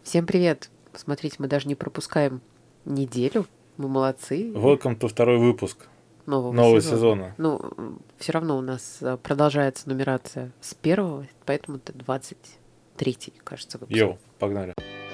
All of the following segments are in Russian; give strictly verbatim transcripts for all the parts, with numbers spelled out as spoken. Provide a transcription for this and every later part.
Всем привет! Смотрите, мы даже не пропускаем неделю. Мы молодцы. Welcome to второй выпуск Нового, нового сезона. сезона. Ну, все равно у нас а, продолжается нумерация с первого, поэтому это двадцать третий, кажется, выпуск. Йоу, погнали.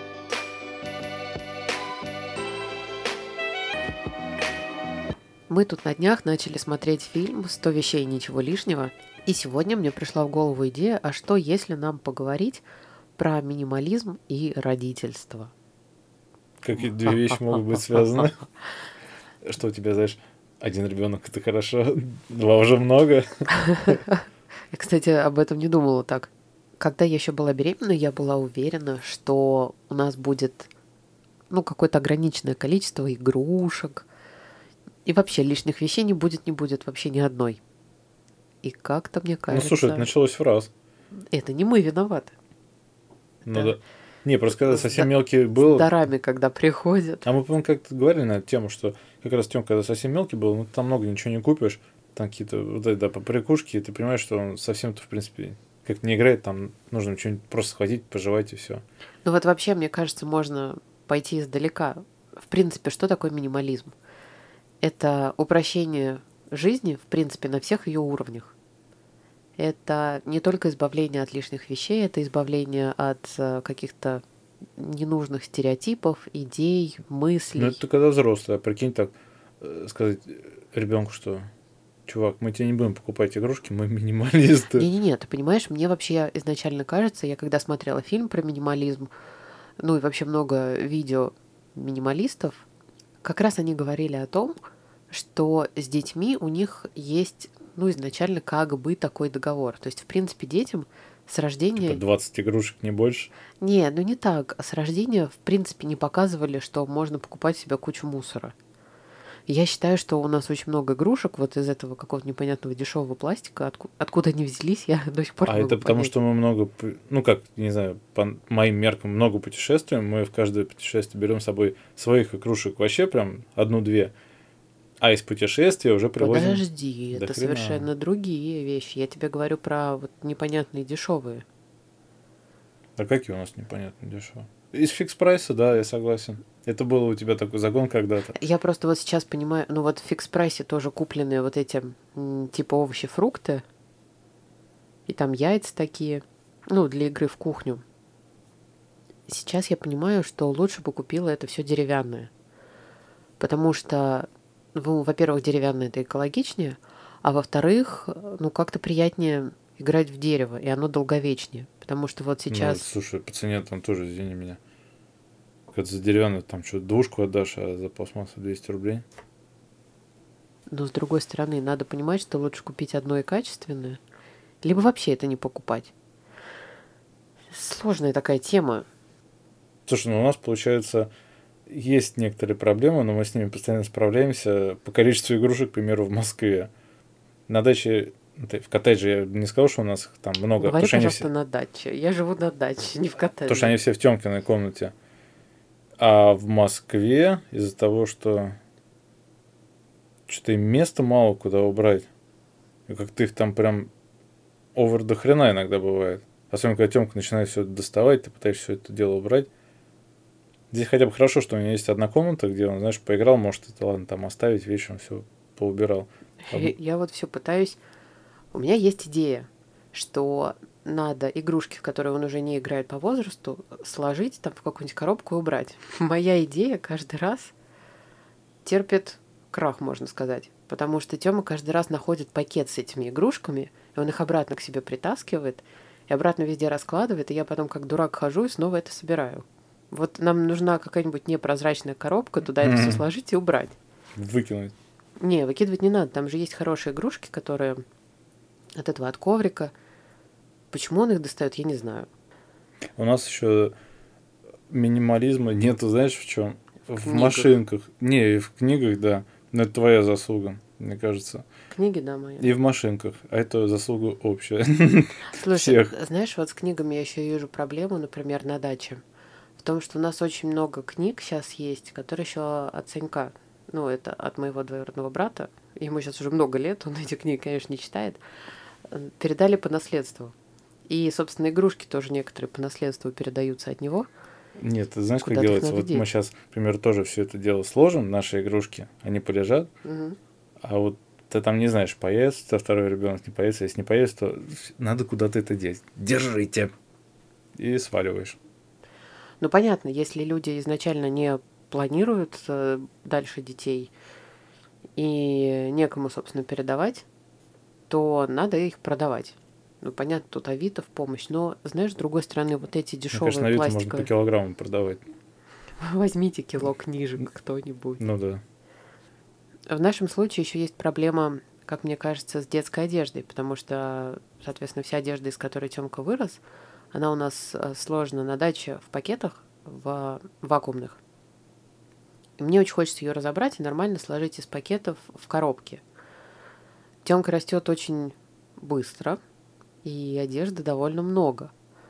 Мы тут на днях начали смотреть фильм «сто вещей и ничего лишнего». И сегодня мне пришла в голову идея, а что если нам поговорить про минимализм и родительство? Какие две вещи могут быть связаны? Что у тебя, знаешь, один ребенок это хорошо, два уже много. Я, кстати, об этом не думала так. Когда я еще была беременна, я была уверена, что у нас будет, ну, какое-то ограниченное количество игрушек. И вообще лишних вещей не будет, не будет вообще ни одной. И как-то мне Ну, кажется... слушай, это началось в раз. Это не мы виноваты. Ну Да. да. Не, просто когда С совсем да- мелкий С был... дарами, когда приходят. А мы, по-моему, как-то говорили на эту тему, что как раз Тём, когда совсем мелкий был, ну, там много ничего не купишь. Там какие-то вот эти, да, поприкушки, и ты понимаешь, что он совсем-то, в принципе, как не играет, там нужно что-нибудь просто схватить, пожевать и все. Ну вот вообще, мне кажется, можно пойти издалека. В принципе, что такое минимализм? Это упрощение жизни, в принципе, на всех ее уровнях. Это не только избавление от лишних вещей, это избавление от э, каких-то ненужных стереотипов, идей, мыслей. Ну, это когда взрослый, а прикинь так, э, сказать ребенку, что чувак, мы тебе не будем покупать игрушки, мы минималисты. Не-не-не, ты понимаешь, мне вообще изначально кажется, я когда смотрела фильм про минимализм, ну и вообще много видео минималистов, как раз они говорили о том, что с детьми у них есть, ну, изначально как бы такой договор. То есть, в принципе, детям с рождения... Типа двадцать игрушек, не больше. Не, ну не так. С рождения, в принципе, не показывали, что можно покупать себе кучу мусора. Я считаю, что у нас очень много игрушек вот из этого какого-то непонятного дешевого пластика. Отку- откуда они взялись, я до сих пор А не могу это потому, понять. что мы много, пу- ну как, не знаю, по моим меркам много путешествуем, мы в каждое путешествие берем с собой своих игрушек вообще прям одну-две, а из путешествия уже привозим Подожди, до это хрена. совершенно другие вещи. Я тебе говорю про вот непонятные дешевые. А какие у нас непонятно дешево? Из фикс-прайса, да, я согласен. Это было у тебя такой загон когда-то. Я просто вот сейчас понимаю, ну вот в фикс-прайсе тоже купленные вот эти м, типа овощи, фрукты. И там яйца такие, ну, для игры в кухню. Сейчас я понимаю, что лучше бы купила это все деревянное. Потому что, ну, во-первых, деревянное это экологичнее, а во-вторых, ну, как-то приятнее играть в дерево, и оно долговечнее. Потому что вот Ну, сейчас... слушай, по цене там тоже, извини меня. Когда за деревянную там что, двушку отдашь, а за пластмассу двести рублей. Но с другой стороны, надо понимать, что лучше купить одно и качественное, либо вообще это не покупать. Сложная такая тема. Слушай, ну у нас, получается, есть некоторые проблемы, но мы с ними постоянно справляемся. По количеству игрушек, к примеру, в Москве. На даче, в коттедже я не сказал, что у нас их там много. Говори, Потому что они пожалуйста, все, на даче. Я живу на даче, не в коттедже. потому что они все в Тёмкиной комнате. А в Москве из-за того, что что-то им места мало куда убрать. И как-то их там прям овер до хрена иногда бывает. Особенно, когда Тёмка начинает все это доставать, ты пытаешься все это дело убрать. Здесь хотя бы хорошо, что у него есть одна комната, где он, знаешь, поиграл, может, это ладно, там оставить, вечером все поубирал. А в- Я вот все пытаюсь... У меня есть идея, что надо игрушки, в которые он уже не играет по возрасту, сложить там в какую-нибудь коробку и убрать. Моя идея каждый раз терпит крах, можно сказать. Потому что Тёма каждый раз находит пакет с этими игрушками, и он их обратно к себе притаскивает, и обратно везде раскладывает, и я потом как дурак хожу и снова это собираю. Вот нам нужна какая-нибудь непрозрачная коробка, туда это все Мгм. сложить и убрать. Выкинуть. Не, выкидывать не надо, там же есть хорошие игрушки, которые от этого, от коврика. Почему он их достает, я не знаю. У нас еще минимализма нету, знаешь, в чем? В книгах. машинках. Не, и в книгах, да. Но это твоя заслуга, мне кажется. Книги, да, мои. И в машинках. А это заслуга общая. Слушай, всех. знаешь, вот с книгами я еще вижу проблему, например, на даче. В том, что у нас очень много книг сейчас есть, которые еще от Санька. Ну, это от моего двоюродного брата. Ему сейчас уже много лет, он эти книги, конечно, не читает. Э, Передали по наследству. И, собственно, игрушки тоже некоторые по наследству передаются от него. Нет, ты знаешь, как Куда-то их делается? надо Вот мы деть. сейчас, например, тоже все это дело сложим, наши игрушки, они полежат, Мгм. а вот ты там не знаешь, появится второй ребенок, не появится. Если не появится, то надо куда-то это деть. Держите. И сваливаешь. Ну, понятно, если люди изначально не планируют э, дальше детей и некому, собственно, передавать, то надо их продавать. Ну, понятно, тут Авито в помощь, но, знаешь, с другой стороны, вот эти Мне кажется, дешевые на Авито можно по пластиковые... килограмму продавать. Возьмите кило книжек кто-нибудь. Ну да. В нашем случае еще есть проблема, как мне кажется, с детской одеждой, потому что, соответственно, вся одежда, из которой Тёмка вырос, она у нас э, сложена на даче в пакетах, в вакуумных. И мне очень хочется ее разобрать и нормально сложить из пакетов в коробки. Тёмка растет очень быстро, и одежды довольно много.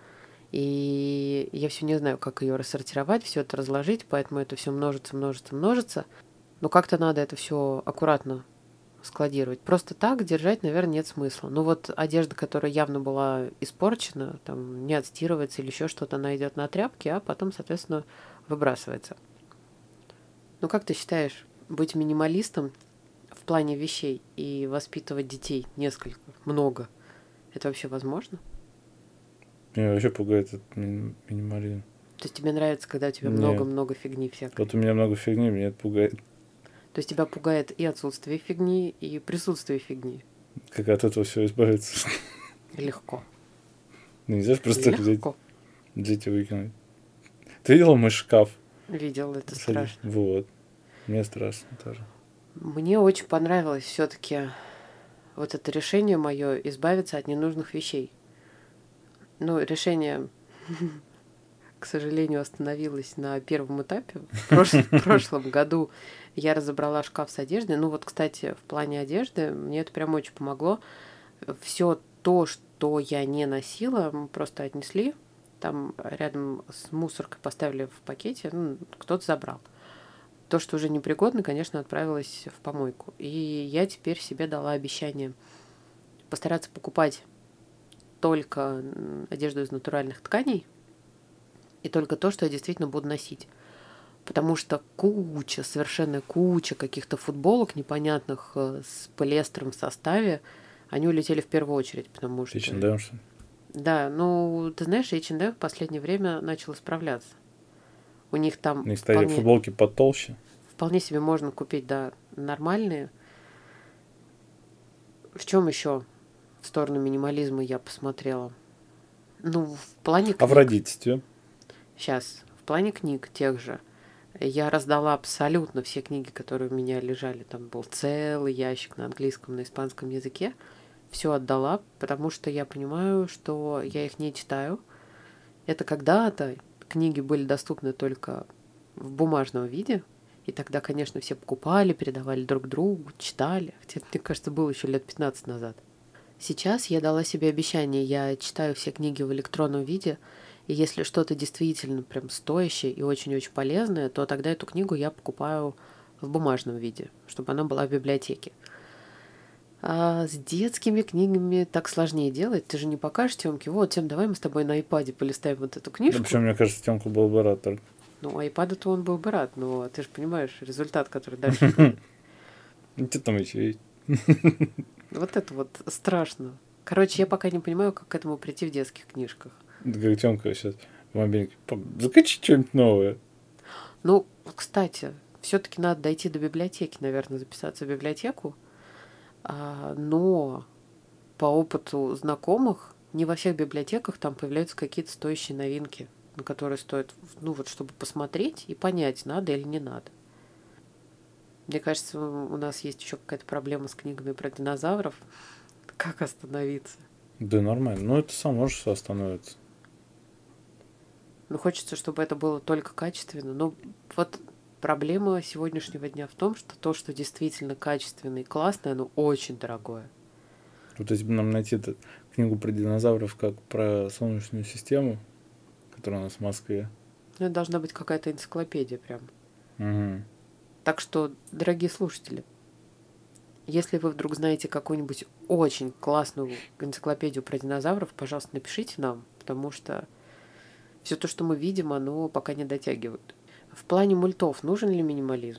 И я все не знаю, как ее рассортировать, все это разложить, поэтому это все множится, множится, множится. Но как-то надо это все аккуратно складировать. Просто так держать, наверное, нет смысла. Ну вот одежда, которая явно была испорчена, там не отстирывается или еще что-то, она идет на тряпки, а потом, соответственно, выбрасывается. Ну как ты считаешь, быть минималистом в плане вещей и воспитывать детей несколько, много, это вообще возможно? Меня вообще пугает этот ми- минимализм. То есть тебе нравится, когда у тебя Нет. много-много фигни всякой? Вот у меня много фигни, меня это пугает. То есть тебя пугает и отсутствие фигни, и присутствие фигни? Как от этого все избавиться. Легко. Ну, нельзя же просто так взять, Легко. взять и выкинуть. Ты видела мой шкаф? Видел, это Сади- страшно. Вот. Мне страшно тоже. Мне очень понравилось все-таки вот это решение мое избавиться от ненужных вещей. Ну, решение, к сожалению, остановилось на первом этапе. В прош- в прошлом году я разобрала шкаф с одеждой. Ну вот, кстати, в плане одежды мне это прям очень помогло. Все то, что я не носила, мы просто отнесли. Там рядом с мусоркой поставили в пакете, ну, кто-то забрал. То, что уже непригодно, конечно, отправилось в помойку. И я теперь себе дала обещание постараться покупать только м, одежду из натуральных тканей и только то, что я действительно буду носить. Потому что куча, совершенно куча каких-то футболок непонятных э, с полиэстером в составе, они улетели в первую очередь, потому Ты что... чем даешь? Да, ну, ты знаешь, эйч энд эм в последнее время начал справляться. У них там У них стали вполне, футболки потолще. вполне себе можно купить, да, нормальные. В чем еще в сторону минимализма я посмотрела? Ну, в плане А в книг. родительстве? Сейчас, в плане книг тех же. Я раздала абсолютно все книги, которые у меня лежали. Там был целый ящик на английском, на испанском языке. Все отдала, потому что я понимаю, что я их не читаю. Это когда-то книги были доступны только в бумажном виде. И тогда, конечно, все покупали, передавали друг другу, читали. Хотя это, мне кажется, было еще лет пятнадцать назад. Сейчас я дала себе обещание, я читаю все книги в электронном виде, и если что-то действительно прям стоящее и очень-очень полезное, то тогда эту книгу я покупаю в бумажном виде, чтобы она была в библиотеке. А с детскими книгами так сложнее делать. Ты же не покажешь Тёмке, вот, Тем, давай мы с тобой на айпаде полистаем вот эту Да, книжку. причем, мне кажется, Тёмка был бы рад только. Ну, айпада-то он был бы рад, но ты же понимаешь результат, который дальше будет. Ну, что там еще есть? Вот это вот страшно. Короче, я пока не понимаю, как к этому прийти в детских книжках. Да как Тёмка сейчас в мобильнике. «Пап, закачи что-нибудь новое. Ну, кстати, все-таки надо дойти до библиотеки, наверное, записаться в библиотеку. А, но по опыту знакомых, не во всех библиотеках там появляются какие-то стоящие новинки, на которые стоит, ну вот, чтобы посмотреть и понять, надо или не надо. Мне кажется, у нас есть еще какая-то проблема с книгами про динозавров. Как остановиться? Да нормально. Ну, это само же все остановится. Ну, хочется, чтобы это было только качественно. Но вот проблема сегодняшнего дня в том, что то, что действительно качественное и классное, оно очень дорогое. Вот если бы нам найти эту книгу про динозавров, как про Солнечную систему, которая у нас в Москве. Ну, это должна быть какая-то энциклопедия прям. Угу. Так что, дорогие слушатели, если вы вдруг знаете какую-нибудь очень классную энциклопедию про динозавров, пожалуйста, напишите нам, потому что Все то, что мы видим, оно пока не дотягивает. В плане мультов нужен ли минимализм?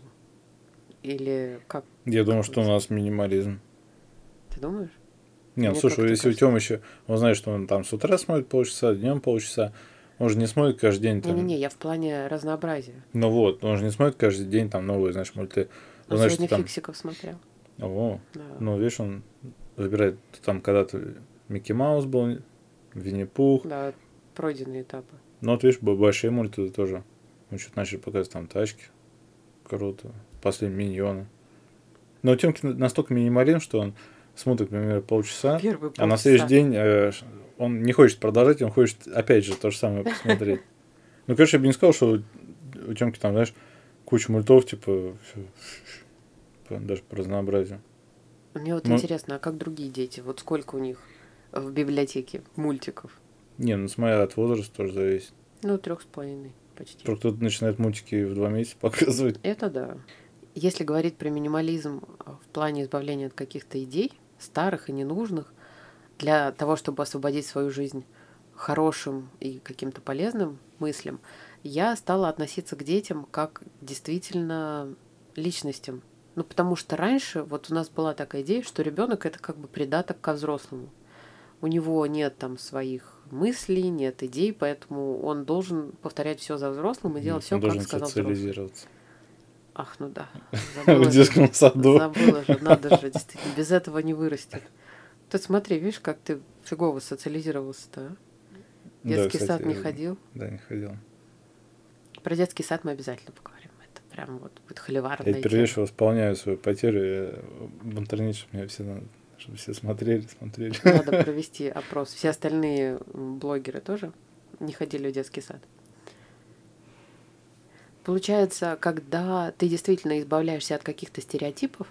Или как? Я думаю, Как что у вот? нас минимализм. Ты думаешь? Не, ну Мне слушай, как-то если у кажется. Тёмы еще, он знает, что он там с утра смотрит полчаса, днем полчаса, он же не смотрит каждый день там. Не-не-не, я в плане разнообразия. Ну вот, он же не смотрит каждый день там новые, знаешь, мульты. Он Он знает, что сегодня там. фиксиков смотрел. О, Да. ну видишь, он выбирает там когда-то Микки Маус был, Винни-Пух. Да, пройденные этапы. Ну вот видишь, б- большие мульты тоже. Мы что-то начали показывать там тачки. Круто. Последние миньоны. Но у Тёмки настолько минимализм, что он смотрит, например, полчаса, Первые а на следующий полчаса. день э, ш- он не хочет продолжать, он хочет опять же то же самое посмотреть. Ну, конечно, я бы не сказал, что у у Тёмки там, знаешь, куча мультов, типа, всё, по- даже по разнообразию. Мне вот Ну, интересно, а как другие дети? Вот сколько у них в библиотеке мультиков? не, ну, смотря от возраста тоже зависит. Ну, трех с половиной почти. Только кто-то начинает мультики в два месяца показывать. Это да. Если говорить про минимализм а, в плане избавления от каких-то идей, старых и ненужных, для того, чтобы освободить свою жизнь хорошим и каким-то полезным мыслям, я стала относиться к детям как действительно личностям. Ну, потому что раньше вот у нас была такая идея, что ребенок это как бы придаток ко взрослому. У него нет там своих мыслей, нет идей, поэтому он должен повторять все за взрослым и делать Нет, все, он как должен сказал взрослый. социализироваться. Ах, ну да, В забыла же, детском саду. забыла же, надо же, действительно, без этого не вырастет. Ты смотри, видишь, как ты фигово социализировался-то, а? Да, Детский кстати, сад не э, ходил. да, не ходил. Про детский сад мы обязательно поговорим. Это прям вот будет Я холиварная теперь тема. вещи восполняю свою потерю я в интернете, чтобы меня все, на- чтобы все смотрели, смотрели. Надо провести опрос. Все остальные м, блогеры тоже не ходили в детский сад. Получается, когда ты действительно избавляешься от каких-то стереотипов,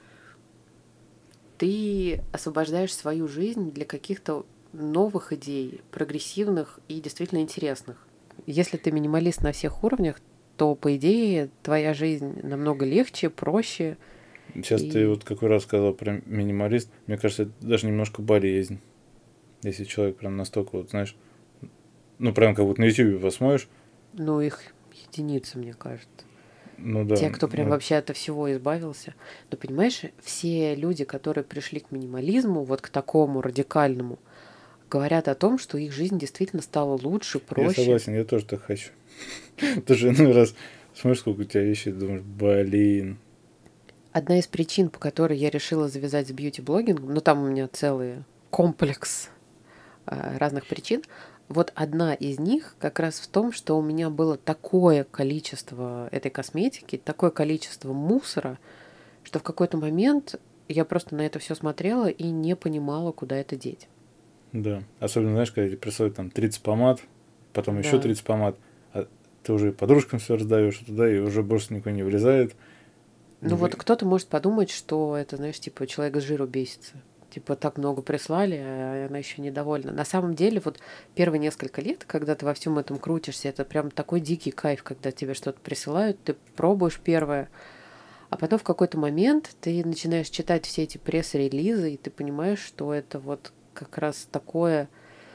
ты освобождаешь свою жизнь для каких-то новых идей, прогрессивных и действительно интересных. Если ты минималист на всех уровнях, то, по идее, твоя жизнь намного легче, проще. Сейчас ты И, вот какой раз сказал про минималист, мне кажется, это даже немножко болезнь. Если человек прям настолько, вот, знаешь, ну, прям как вот на YouTube посмотришь, ну, их единицы, мне кажется. ну да, Те, кто прям ну, вообще от всего избавился. Но понимаешь, все люди, которые пришли к минимализму, вот к такому радикальному, говорят о том, что их жизнь действительно стала лучше, я проще. согласен, я тоже так хочу. Тоже иной раз смотришь, сколько у тебя вещей, думаешь, блин. Одна из причин, по которой я решила завязать с бьюти-блогингом, ну там у меня целый комплекс а, разных причин. Вот одна из них как раз в том, что у меня было такое количество этой косметики, такое количество мусора, что в какой-то момент я просто на это все смотрела и не понимала, куда это деть. Да, особенно, знаешь, когда тебе присылают там тридцать помад, потом еще Да. тридцать помад, а ты уже подружкам все раздаешь туда, и уже больше никто не влезает. Ну Не вот вы- кто-то может подумать, что это, знаешь, типа человек с жиру бесится. Типа так много прислали, а она еще недовольна. На самом деле, вот первые несколько лет, когда ты во всем этом крутишься, это прям такой дикий кайф, когда тебе что-то присылают, ты пробуешь первое, а потом в какой-то момент ты начинаешь читать все эти пресс-релизы, и ты понимаешь, что это вот как раз такое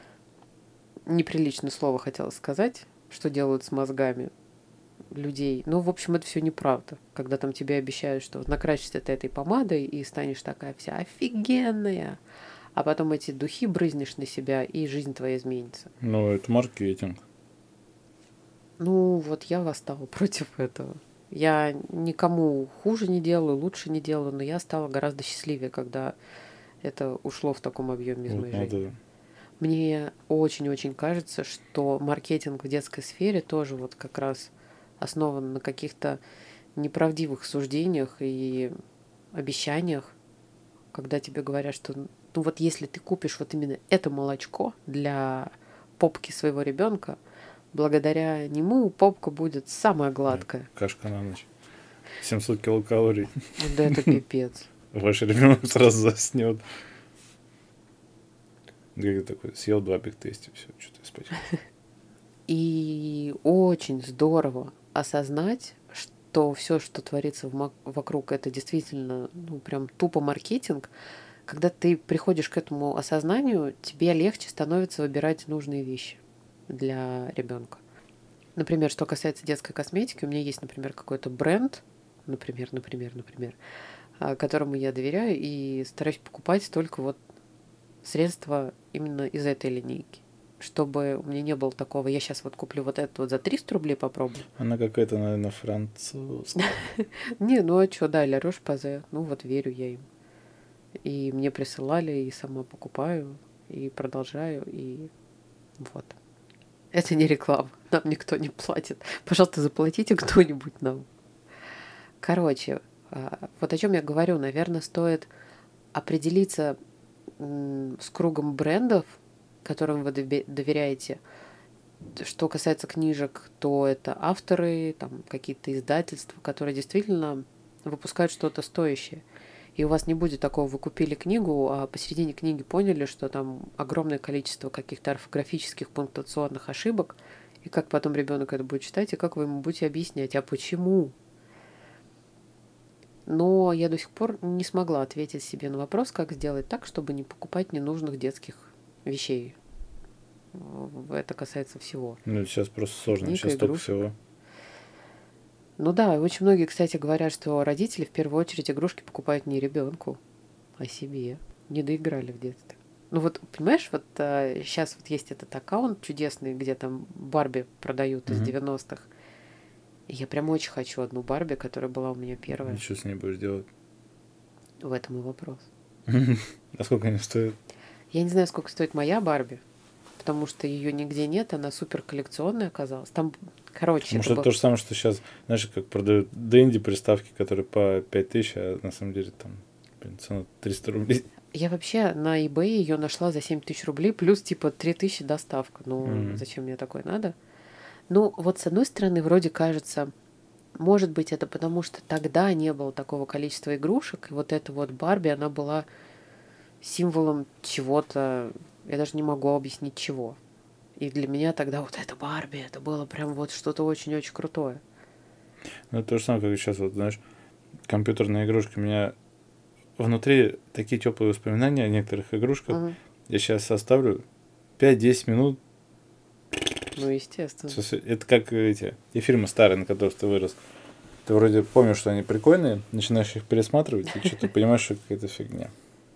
неприличное слово хотела сказать, что делают с мозгами людей. Ну, в общем, это все неправда. Когда там тебе обещают, что вот накрасишься ты этой помадой и станешь такая вся офигенная, а потом эти духи брызнешь на себя, и жизнь твоя изменится. Ну, это маркетинг. Ну, вот я восстала против этого. Я никому хуже не делаю, лучше не делаю, но я стала гораздо счастливее, когда это ушло в таком объеме из Вот моей жизни. надо. Мне очень-очень кажется, что маркетинг в детской сфере тоже вот как раз основан на каких-то неправдивых суждениях и обещаниях, когда тебе говорят, что ну вот если ты купишь вот именно это молочко для попки своего ребенка, благодаря нему попка будет самая Да, гладкая. кашка на ночь. семьсот килокалорий. Да это пипец. Ваш ребенок сразу заснет. Григо такой, съел два биг-тести, все, что-то спать. И очень здорово осознать, что все, что творится в ма- вокруг, это действительно ну, прям тупо маркетинг. Когда ты приходишь к этому осознанию, тебе легче становится выбирать нужные вещи. для ребенка. Например, что касается детской косметики, у меня есть, например, какой-то бренд, например, например, например, а, которому я доверяю и стараюсь покупать только вот средства именно из этой линейки, чтобы у меня не было такого, я сейчас вот куплю вот это вот за триста рублей попробую. Она какая-то, наверное, французская. Не, ну а что, да, Ля Рош-Посay, ну вот верю я им. И мне присылали, и сама покупаю, и продолжаю, и вот. Это не реклама, нам никто не платит. Пожалуйста, заплатите кто-нибудь нам. Короче, а, вот о чем я говорю, наверное, стоит определиться м, с кругом брендов, которым вы дове- доверяете. Что касается книжек, то это авторы, там какие-то издательства, которые действительно выпускают что-то стоящее. И у вас не будет такого, вы купили книгу, а посередине книги поняли, что там огромное количество каких-то орфографических пунктуационных ошибок, и как потом ребенок это будет читать, и как вы ему будете объяснять, а почему? Но я до сих пор не смогла ответить себе на вопрос, как сделать так, чтобы не покупать ненужных детских вещей. Это касается всего. Ну, сейчас просто сложно, Книг, сейчас столько игрушек. всего. Ну да, и очень многие, кстати, говорят, что родители в первую очередь игрушки покупают не ребенку, а себе. Не доиграли в детстве. Ну вот, понимаешь, вот а, сейчас вот есть этот аккаунт чудесный, где там Барби продают из Мгм. девяностых. И я прям очень хочу одну Барби, которая была у меня первая. И что с ней будешь делать? В этом и вопрос. А сколько они стоят? Я не знаю, сколько стоит моя Барби, потому что ее нигде нет, она супер коллекционная оказалась. Там, короче, Потому это что это был... то же самое, что сейчас, знаешь, как продают Дэнди приставки, которые по пять тысяч, а на самом деле там, блин, цена триста рублей. Я вообще на eBay ее нашла за семь тысяч рублей, плюс типа три тысячи доставка. Ну, Мгм. зачем мне такое надо? Ну, вот с одной стороны, вроде кажется, может быть, это потому, что тогда не было такого количества игрушек, и вот эта вот Барби, она была символом чего-то, я даже не могу объяснить чего. И для меня тогда вот эта Барби, это было прям вот что-то очень-очень крутое. Ну, это то же самое, как сейчас, вот, знаешь, компьютерные игрушки. У меня внутри такие теплые воспоминания о некоторых игрушках. Мгм. Я сейчас составлю пять-десять минут. Ну, естественно. Всё- всё- Это как эти те фильмы старые, на которых ты вырос. Ты вроде помнишь, что они прикольные, начинаешь их пересматривать, и что-то понимаешь, что какая-то фигня.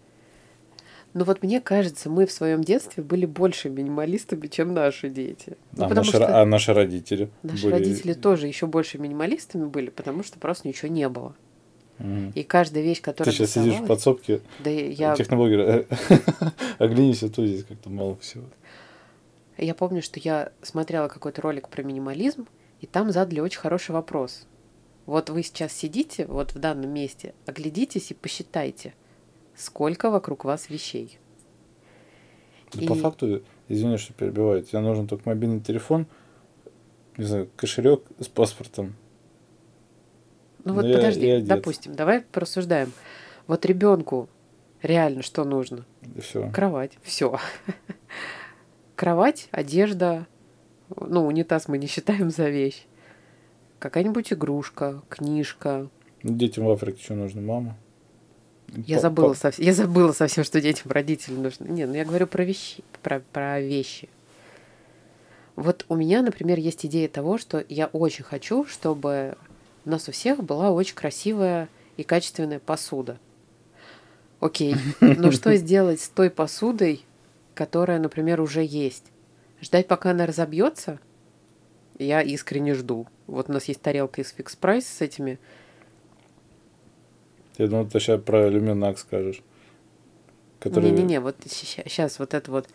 Ну вот мне кажется, мы в своем детстве были больше минималистами, чем наши дети. Ну, А потому наши, ро- что а наши родители наши были... родители тоже еще больше минималистами были, потому что просто ничего не было. Мгм. И каждая вещь, Ты которая сейчас сидишь в доставалась... подсобке Да я, техноблогера, оглянись, а то здесь как-то мало всего. я помню, что я смотрела какой-то ролик про минимализм, и там задали очень хороший вопрос. Вот вы сейчас сидите вот в данном месте, оглядитесь и посчитайте, сколько вокруг вас вещей. Да И по факту, извини, что перебиваю, тебе нужен только мобильный телефон, не знаю, кошелек с паспортом. ну Ну, вот и, и подожди, одет. допустим, давай порассуждаем. Вот ребенку реально что нужно? И все. Кровать. Все. Кровать, одежда, ну, унитаз мы не считаем за вещь. Какая-нибудь игрушка, книжка. Детям в Африке что нужно? Мама? Я Па- забыла, па- совсем, я забыла совсем, что детям родители нужны. Не, ну я говорю про вещи, про, про вещи. Вот у меня, например, есть идея того, что я очень хочу, чтобы у нас у всех была очень красивая и качественная посуда. Окей, но что сделать с той посудой, которая, например, уже есть? Ждать, пока она разобьется? Я искренне жду. Вот у нас есть тарелка из Fix Price с этими. Я думал, ты сейчас про люминак скажешь. Который... Не-не-не, вот сейчас вот это вот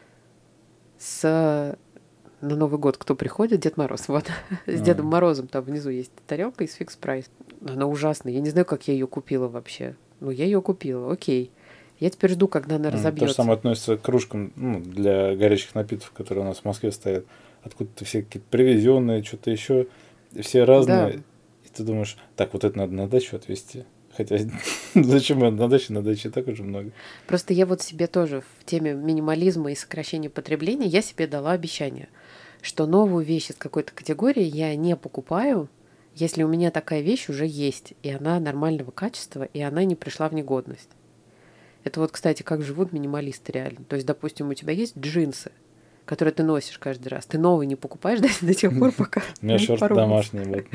с на Новый год кто приходит? Дед Мороз. Вот. С А. Дедом Морозом там внизу есть тарелка из Fix Price. Она ужасная. Я не знаю, как я ее купила вообще. Ну, я ее купила, окей. Я теперь жду, когда она М, То же разобьется. самое относится к кружкам, ну, для горячих напитков, которые у нас в Москве стоят. Откуда-то все какие-то привезенные, что-то еще. Все разные. Да. И ты думаешь, так, вот это надо на дачу отвезти. Хотя зачем это на даче? На даче и так уже много. Просто я вот себе тоже в теме минимализма и сокращения потребления я себе дала обещание, что новую вещь из какой-то категории я не покупаю, если у меня такая вещь уже есть, и она нормального качества, и она не пришла в негодность. Это вот, кстати, как живут минималисты реально. То есть, допустим, у тебя есть джинсы, который ты носишь каждый раз. Ты новый не покупаешь до, до тех пор, пока... У меня шорты домашние будут.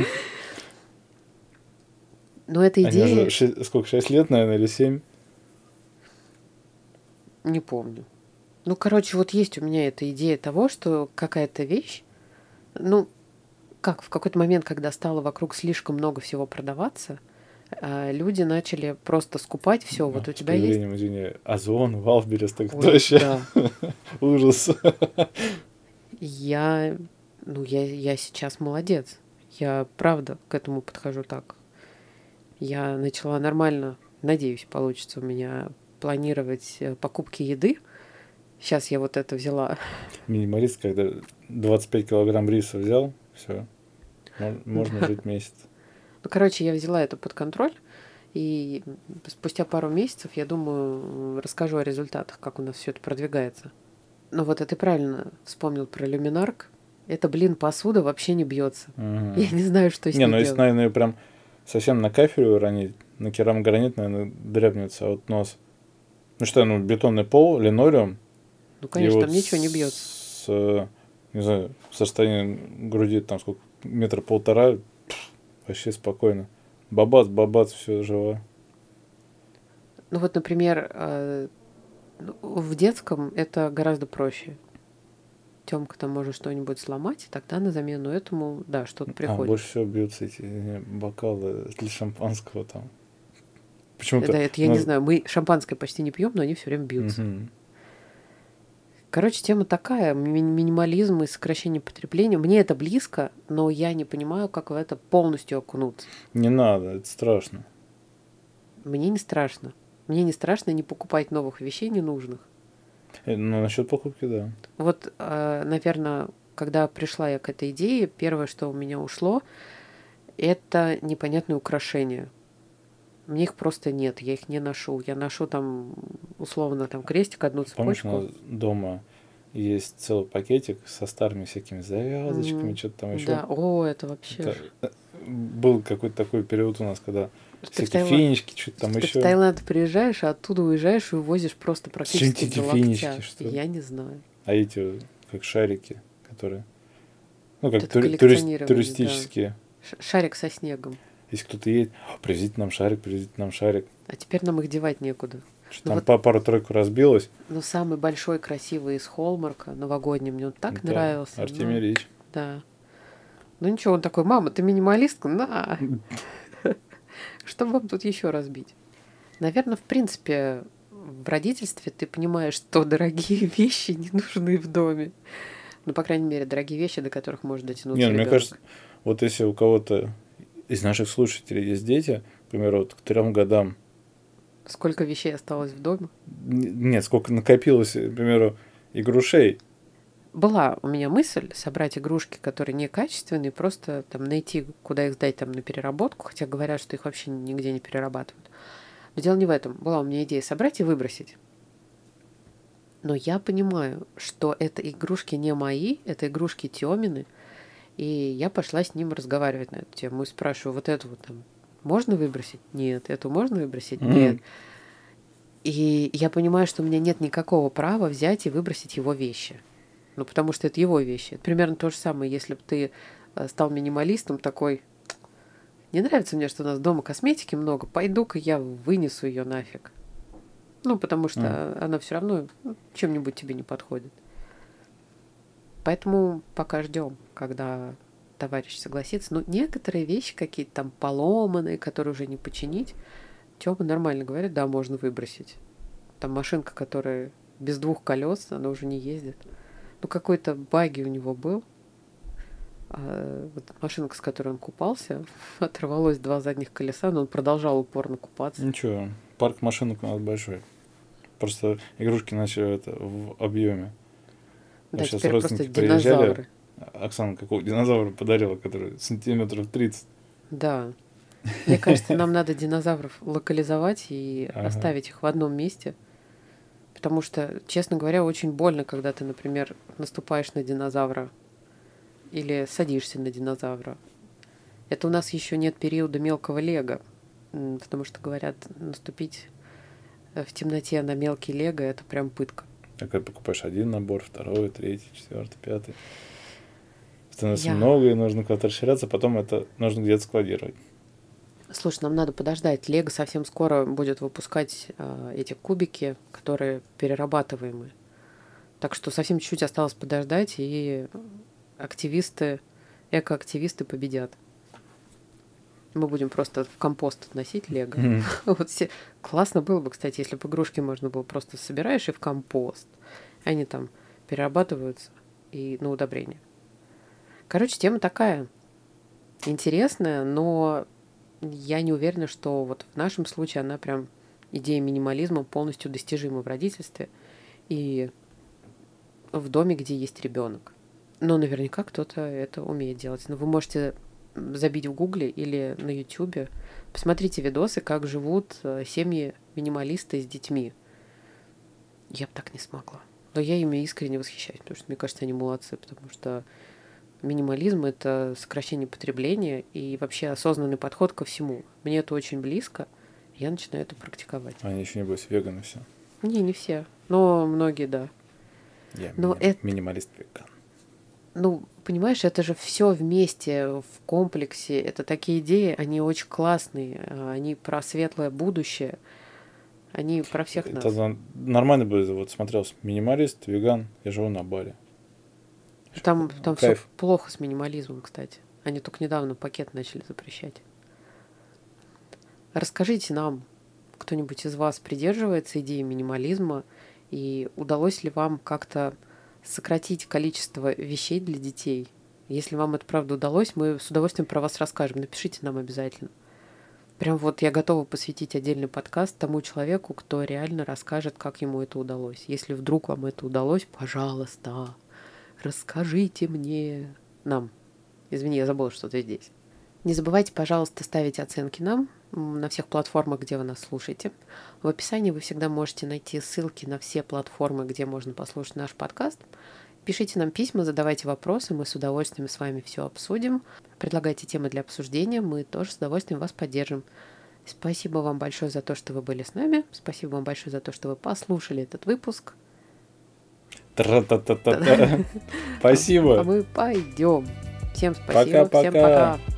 Но эта Они идея... уже шесть, сколько, шесть лет, наверное, или семь? Не помню. Ну, короче, вот есть у меня эта идея того, что какая-то вещь, ну, как в какой-то момент, когда стало вокруг слишком много всего продаваться, люди начали просто скупать все. Вот у С тебя есть... появлением, извини, Озон, Валберес, так Ой, вообще да. ужас. Я, ну, я, я сейчас молодец. Я правда к этому подхожу так. Я начала нормально, надеюсь, получится у меня планировать покупки еды. Сейчас я вот это взяла. Минималист, когда двадцать пять килограмм риса взял, все, можно жить месяц. Ну, короче, я взяла это под контроль. И спустя пару месяцев, я думаю, расскажу о результатах, как у нас все это продвигается. Ну вот это правильно вспомнил про люминарк. Это, блин, посуда вообще не бьется. Угу. Я не знаю, что с не, ней ну делать. если, наверное, ее прям совсем на кафель уронить, на керамогранит, наверное, дрябнется от нос. Ну что, ну бетонный пол, линолеум. Ну, конечно, и там вот ничего не бьется. С, не знаю, со состояния груди, там сколько, метра полтора, пфф, вообще спокойно. Бабац, бабац, все живо. Ну вот, например, в детском это гораздо проще. Тёмка там может что-нибудь сломать, и тогда на замену этому, да, что-то приходит. А, больше всего бьются эти бокалы для шампанского там. Почему-то... Да, это я ну... не знаю, мы шампанское почти не пьем, но они все время бьются. Угу. Короче, тема такая, ми- минимализм и сокращение потребления. Мне это близко, но я не понимаю, как в это полностью окунуться. Не надо, это страшно. Мне не страшно. Мне не страшно не покупать новых вещей ненужных. Ну, насчет покупки, да. Вот, э, наверное, когда пришла я к этой идее, первое, что у меня ушло, это непонятные украшения. Мне их просто нет, я их не ношу. Я ношу там, условно, там крестик, одну Помнишь, цепочку. у нас дома есть целый пакетик со старыми всякими завязочками, mm-hmm. что-то там еще. Да, о, это вообще... Это... Был какой-то такой период у нас, когда ты всякие Таиланд... финички, что-то там ты еще. Ты в Таиланд приезжаешь, а оттуда уезжаешь и увозишь просто практически до локтя. Финички, что? Я не знаю. А эти как шарики, которые... Ну, как тури- тури- туристические. Да. Шарик со снегом. Если кто-то едет, привезите нам шарик, привезите нам шарик. А теперь нам их девать некуда. Что ну там вот, пару-тройку разбилось. Ну, самый большой, красивый из Холмарка, новогодний, мне он так да, нравился. Артемий Ильич. Да. Ну ничего, он такой, мама, ты минималистка? На! Что вам тут еще разбить? Наверное, в принципе, в родительстве ты понимаешь, что дорогие вещи не нужны в доме. Ну, по крайней мере, дорогие вещи, до которых может дотянуться Не, ну, ребенок. мне кажется, вот если у кого-то из наших слушателей есть дети, к примеру, вот к трем годам. Сколько вещей осталось в доме? Нет, сколько накопилось, к примеру, игрушей. Была у меня мысль собрать игрушки, которые некачественные, просто там найти, куда их сдать там на переработку, хотя говорят, что их вообще нигде не перерабатывают. Но дело не в этом. Была у меня идея собрать и выбросить. Но я понимаю, что это игрушки не мои, это игрушки Тёмины, и я пошла с ним разговаривать на эту тему и спрашиваю, вот эту вот там можно выбросить? Нет. Эту можно выбросить? Mm-hmm. Нет. И я понимаю, что у меня нет никакого права взять и выбросить его вещи. Ну, потому что это его вещи. Это примерно то же самое, если бы ты стал минималистом такой, не нравится мне, что у нас дома косметики много, пойду-ка я вынесу ее нафиг. Ну, потому что mm. она все равно ну, чем-нибудь тебе не подходит. Поэтому пока ждем, когда товарищ согласится. Но некоторые вещи какие-то там поломанные, которые уже не починить, Тёма нормально говорит, да, можно выбросить. Там машинка, которая без двух колес, она уже не ездит. Ну, какой-то баги у него был. А вот машинка, с которой он купался, оторвалось два задних колеса, но он продолжал упорно купаться. Ничего, парк машинок у нас большой. Просто игрушки начали это в объеме. Да, сейчас теперь просто динозавры. Оксана какого динозавра подарила, который сантиметров тридцать. Да. Мне кажется, нам надо динозавров локализовать и ага. оставить их в одном месте. Потому что, честно говоря, очень больно, когда ты, например, наступаешь на динозавра или садишься на динозавра. Это у нас еще нет периода мелкого лего. Потому что, говорят, наступить в темноте на мелкий лего — это прям пытка. А когда покупаешь один набор, второй, третий, четвертый, пятый. Становится Я... много, и нужно куда-то расширяться, потом это нужно где-то складировать. Слушай, нам надо подождать. Лего совсем скоро будет выпускать э, эти кубики, которые перерабатываемые. Так что совсем чуть-чуть осталось подождать, и активисты, экоактивисты победят. Мы будем просто в компост относить лего. Mm. Вот все... Классно было бы, кстати, если бы игрушки можно было просто собираешь и в компост. Они там перерабатываются и на удобрение. Короче, тема такая интересная, но я не уверена, что вот в нашем случае она прям идея минимализма полностью достижима в родительстве и в доме, где есть ребенок. Но наверняка кто-то это умеет делать. Но вы можете забить в Гугле или на Ютубе, посмотрите видосы, как живут семьи минималисты с детьми. Я бы так не смогла. Но я ими искренне восхищаюсь, потому что мне кажется, они молодцы, потому что минимализм — это сокращение потребления и вообще осознанный подход ко всему. Мне это очень близко, я начинаю это практиковать. Они еще, небось, веганы все. Не, не все, но многие, да. Я но ми- это... минималист-веган. Ну, понимаешь, это же все вместе, в комплексе. Это такие идеи, они очень классные, они про светлое будущее, они про всех это нас. Это нормально бы вот смотрелся. Минималист, веган, я живу на Бали. Там, там все Кайф. плохо с минимализмом, кстати. Они только недавно пакет начали запрещать. Расскажите нам, кто-нибудь из вас придерживается идеи минимализма, и удалось ли вам как-то сократить количество вещей для детей? Если вам это правда удалось, мы с удовольствием про вас расскажем. Напишите нам обязательно. Прям вот я готова посвятить отдельный подкаст тому человеку, кто реально расскажет, как ему это удалось. Если вдруг вам это удалось, пожалуйста, расскажите мне. Нам. Извини, я забыла, что ты здесь. Не забывайте, пожалуйста, ставить оценки нам на всех платформах, где вы нас слушаете. В описании вы всегда можете найти ссылки на все платформы, где можно послушать наш подкаст. Пишите нам письма, задавайте вопросы, мы с удовольствием с вами все обсудим. Предлагайте темы для обсуждения, мы тоже с удовольствием вас поддержим. Спасибо вам большое за то, что вы были с нами. Спасибо вам большое за то, что вы послушали этот выпуск. Тра-та-та-та-та. Спасибо. А мы пойдем. Всем спасибо. Пока-пока. Всем пока.